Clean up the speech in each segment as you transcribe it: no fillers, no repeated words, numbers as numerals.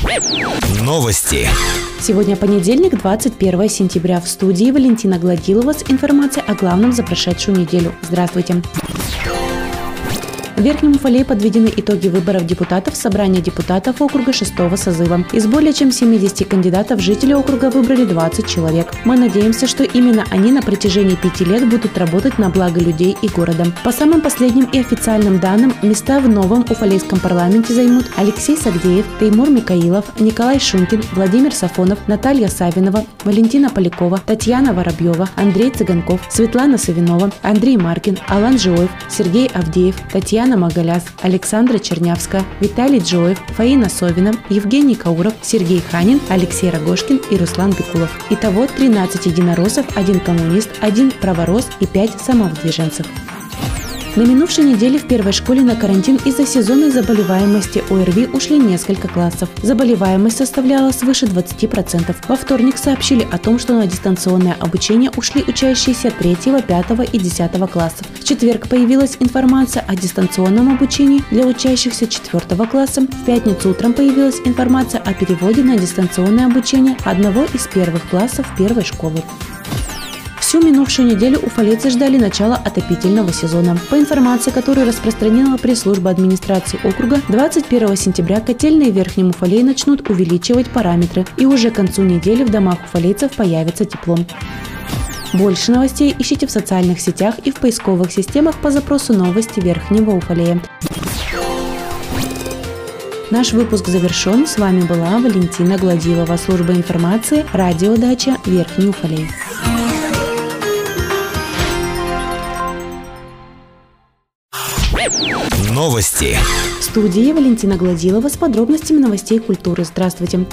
Новости. Сегодня понедельник, 21 сентября. В студии Валентина Гладилова с информацией о главном за прошедшую неделю. Здравствуйте. В Верхнем Уфалее подведены итоги выборов депутатов Собрания депутатов округа 6-го созыва. Из более чем 70 кандидатов жители округа выбрали 20 человек. Мы надеемся, что именно они на протяжении 5 лет будут работать на благо людей и города. По самым последним и официальным данным, места в новом уфалейском парламенте займут Алексей Сагдеев, Теймур Микаилов, Николай Шунькин, Владимир Сафонов, Наталья Савинова, Валентина Полякова, Татьяна Воробьева, Андрей Цыганков, Светлана Савинова, Андрей Маркин, Алан Жиоев, Сергей Авдеев, Татьяна Магаляс, Александра Чернявская, Виталий Джоев, Фаина Совина, Евгений Кауров, Сергей Ханин, Алексей Рогошкин и Руслан Бекулов. Итого 13 единороссов, 1 коммунист, 1 праворос и 5 самовыдвиженцев. На минувшей неделе в первой школе на карантин из-за сезонной заболеваемости ОРВИ ушли несколько классов. Заболеваемость составляла свыше 20%. Во вторник сообщили о том, что на дистанционное обучение ушли учащиеся 3, 5 и 10 классов. В четверг появилась информация о дистанционном обучении для учащихся 4 класса. В пятницу утром появилась информация о переводе на дистанционное обучение одного из первых классов первой школы. Всю минувшую неделю уфалейцы ждали начала отопительного сезона. По информации, которую распространила пресс-служба администрации округа, 21 сентября котельные в Верхнем Уфалее начнут увеличивать параметры, и уже к концу недели в домах уфалейцев появится тепло. Больше новостей ищите в социальных сетях и в поисковых системах по запросу «Новости Верхнего Уфалея». Наш выпуск завершен. С вами была Валентина Гладилова, служба информации, радиодача Верхний Уфалей. Новости. В студии Валентина Гладилова с подробностями новостей культуры. Здравствуйте.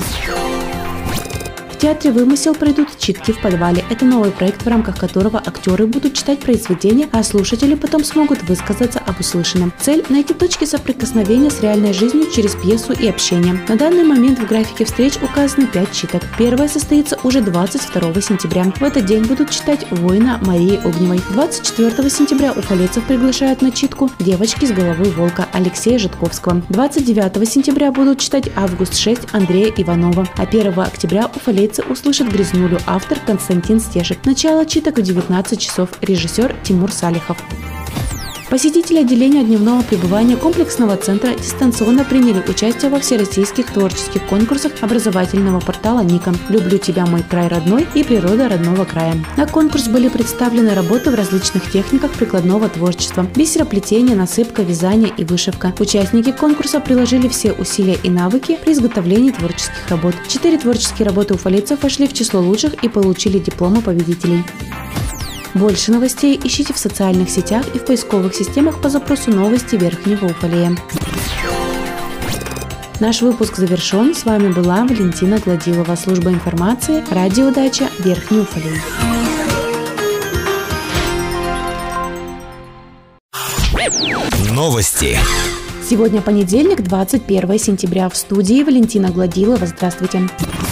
В театре «Вымысел» пройдут читки в подвале. Это новый проект, в рамках которого актеры будут читать произведения, а слушатели потом смогут высказаться об услышанном. Цель – найти точки соприкосновения с реальной жизнью через пьесу и общение. На данный момент в графике встреч указаны 5 читок. Первая состоится уже 22 сентября. В этот день будут читать «Воина» Марии Огневой. 24 сентября уфалейцев приглашают на читку «Девочки с головой волка» Алексея Житковского. 29 сентября будут читать «Август-6» Андрея Иванова. А 1 октября уфалейцы услышат «Грязнулю», автор Константин Стешек. Начало читок в 19 часов. Режиссер Тимур Салихов. Посетители отделения дневного пребывания комплексного центра дистанционно приняли участие во всероссийских творческих конкурсах образовательного портала «Ника» «Люблю тебя, мой край родной» и «Природа родного края». На конкурс были представлены работы в различных техниках прикладного творчества: бисероплетение, насыпка, вязание и вышивка. Участники конкурса приложили все усилия и навыки при изготовлении творческих работ. 4 творческие работы уфалейцев вошли в число лучших и получили дипломы победителей. Больше новостей ищите в социальных сетях и в поисковых системах по запросу «Новости Верхнего Уфалея». Наш выпуск завершен. С вами была Валентина Гладилова, служба информации, радиодача Верхний Уфалей. Новости. Сегодня понедельник, 21 сентября. В студии Валентина Гладилова. Здравствуйте.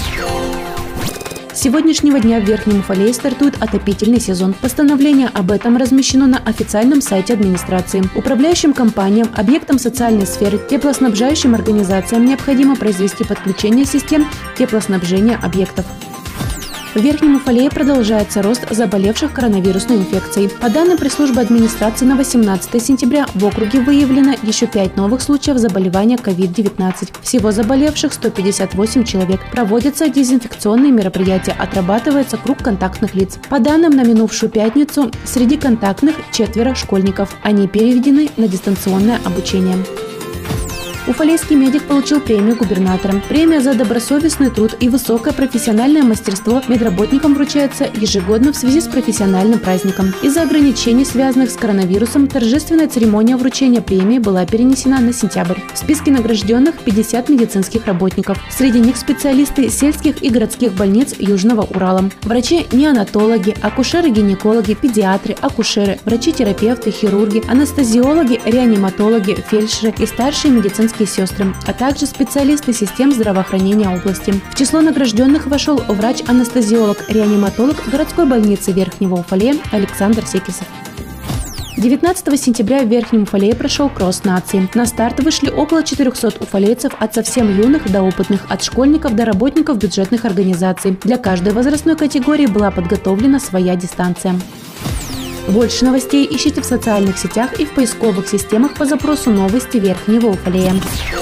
С сегодняшнего дня в Верхнем Уфалее стартует отопительный сезон. Постановление об этом размещено на официальном сайте администрации. Управляющим компаниям, объектам социальной сферы, теплоснабжающим организациям необходимо произвести подключение систем теплоснабжения объектов. В Верхнем Уфалее продолжается рост заболевших коронавирусной инфекцией. По данным пресс-службы администрации, на 18 сентября в округе выявлено еще 5 новых случаев заболевания COVID-19. Всего заболевших 158 человек. Проводятся дезинфекционные мероприятия, отрабатывается круг контактных лиц. По данным на минувшую пятницу, среди контактных 4 школьников. Они переведены на дистанционное обучение. Уфалейский медик получил премию губернатора. Премия за добросовестный труд и высокое профессиональное мастерство медработникам вручается ежегодно в связи с профессиональным праздником. Из-за ограничений, связанных с коронавирусом, торжественная церемония вручения премии была перенесена на сентябрь. В списке награжденных 50 медицинских работников. Среди них специалисты сельских и городских больниц Южного Урала. Врачи-неонатологи, акушеры-гинекологи, педиатры, акушеры, врачи-терапевты, хирурги, анестезиологи, реаниматологи, фельдшеры и старшие медицинские сестры, а также специалисты систем здравоохранения области. В число награжденных вошел врач-анестезиолог, реаниматолог городской больницы Верхнего Уфалея Александр Секисов. 19 сентября в Верхнем Уфалее прошел кросс нации. На старт вышли около 400 уфалейцев от совсем юных до опытных, от школьников до работников бюджетных организаций. Для каждой возрастной категории была подготовлена своя дистанция. Больше новостей ищите в социальных сетях и в поисковых системах по запросу «Новости Верхнего Уфалея».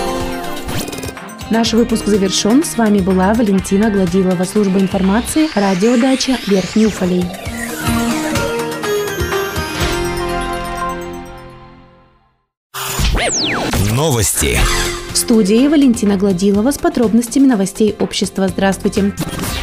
Наш выпуск завершен. С вами была Валентина Гладилова, служба информации, радиодача Верхний Уфалей. Новости. В студии Валентина Гладилова с подробностями новостей общества. Здравствуйте.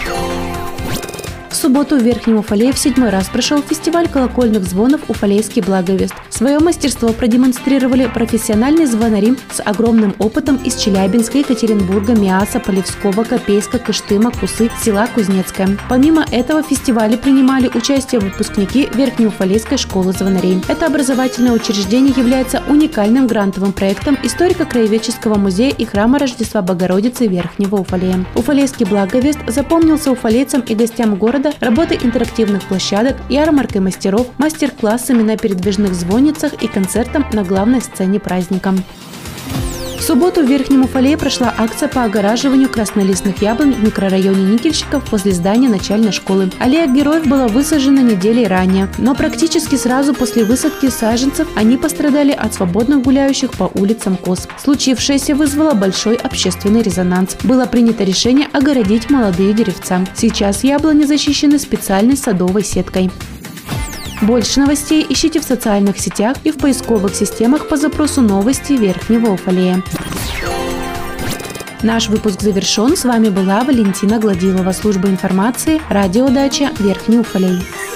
В субботу в Верхнем Уфалее в 7-й раз прошел фестиваль колокольных звонов «Уфалейский благовест». Свое мастерство продемонстрировали профессиональные звонари с огромным опытом из Челябинска, Екатеринбурга, Миаса, Полевского, Копейска, Кыштыма, Кусы, села Кузнецкое. Помимо этого в фестивале принимали участие выпускники Верхнеуфалейской школы звонарей. Это образовательное учреждение является уникальным грантовым проектом историко-краеведческого музея и храма Рождества Богородицы Верхнего Уфалея. Уфалейский благовест запомнился уфалейцам и гостям города работой интерактивных площадок, ярмаркой мастеров, мастер-классами на передвижных звонницах и концертом на главной сцене праздника. В субботу в Верхнем Уфалее прошла акция по огораживанию краснолистных яблонь в микрорайоне Никельщиков возле здания начальной школы. Аллея героев была высажена неделей ранее, но практически сразу после высадки саженцев они пострадали от свободно гуляющих по улицам коз. Случившееся вызвало большой общественный резонанс. Было принято решение огородить молодые деревца. Сейчас яблони защищены специальной садовой сеткой. Больше новостей ищите в социальных сетях и в поисковых системах по запросу «Новости Верхнего Уфалея». Наш выпуск завершен. С вами была Валентина Гладилова, служба информации, радиодача Верхний Уфалей.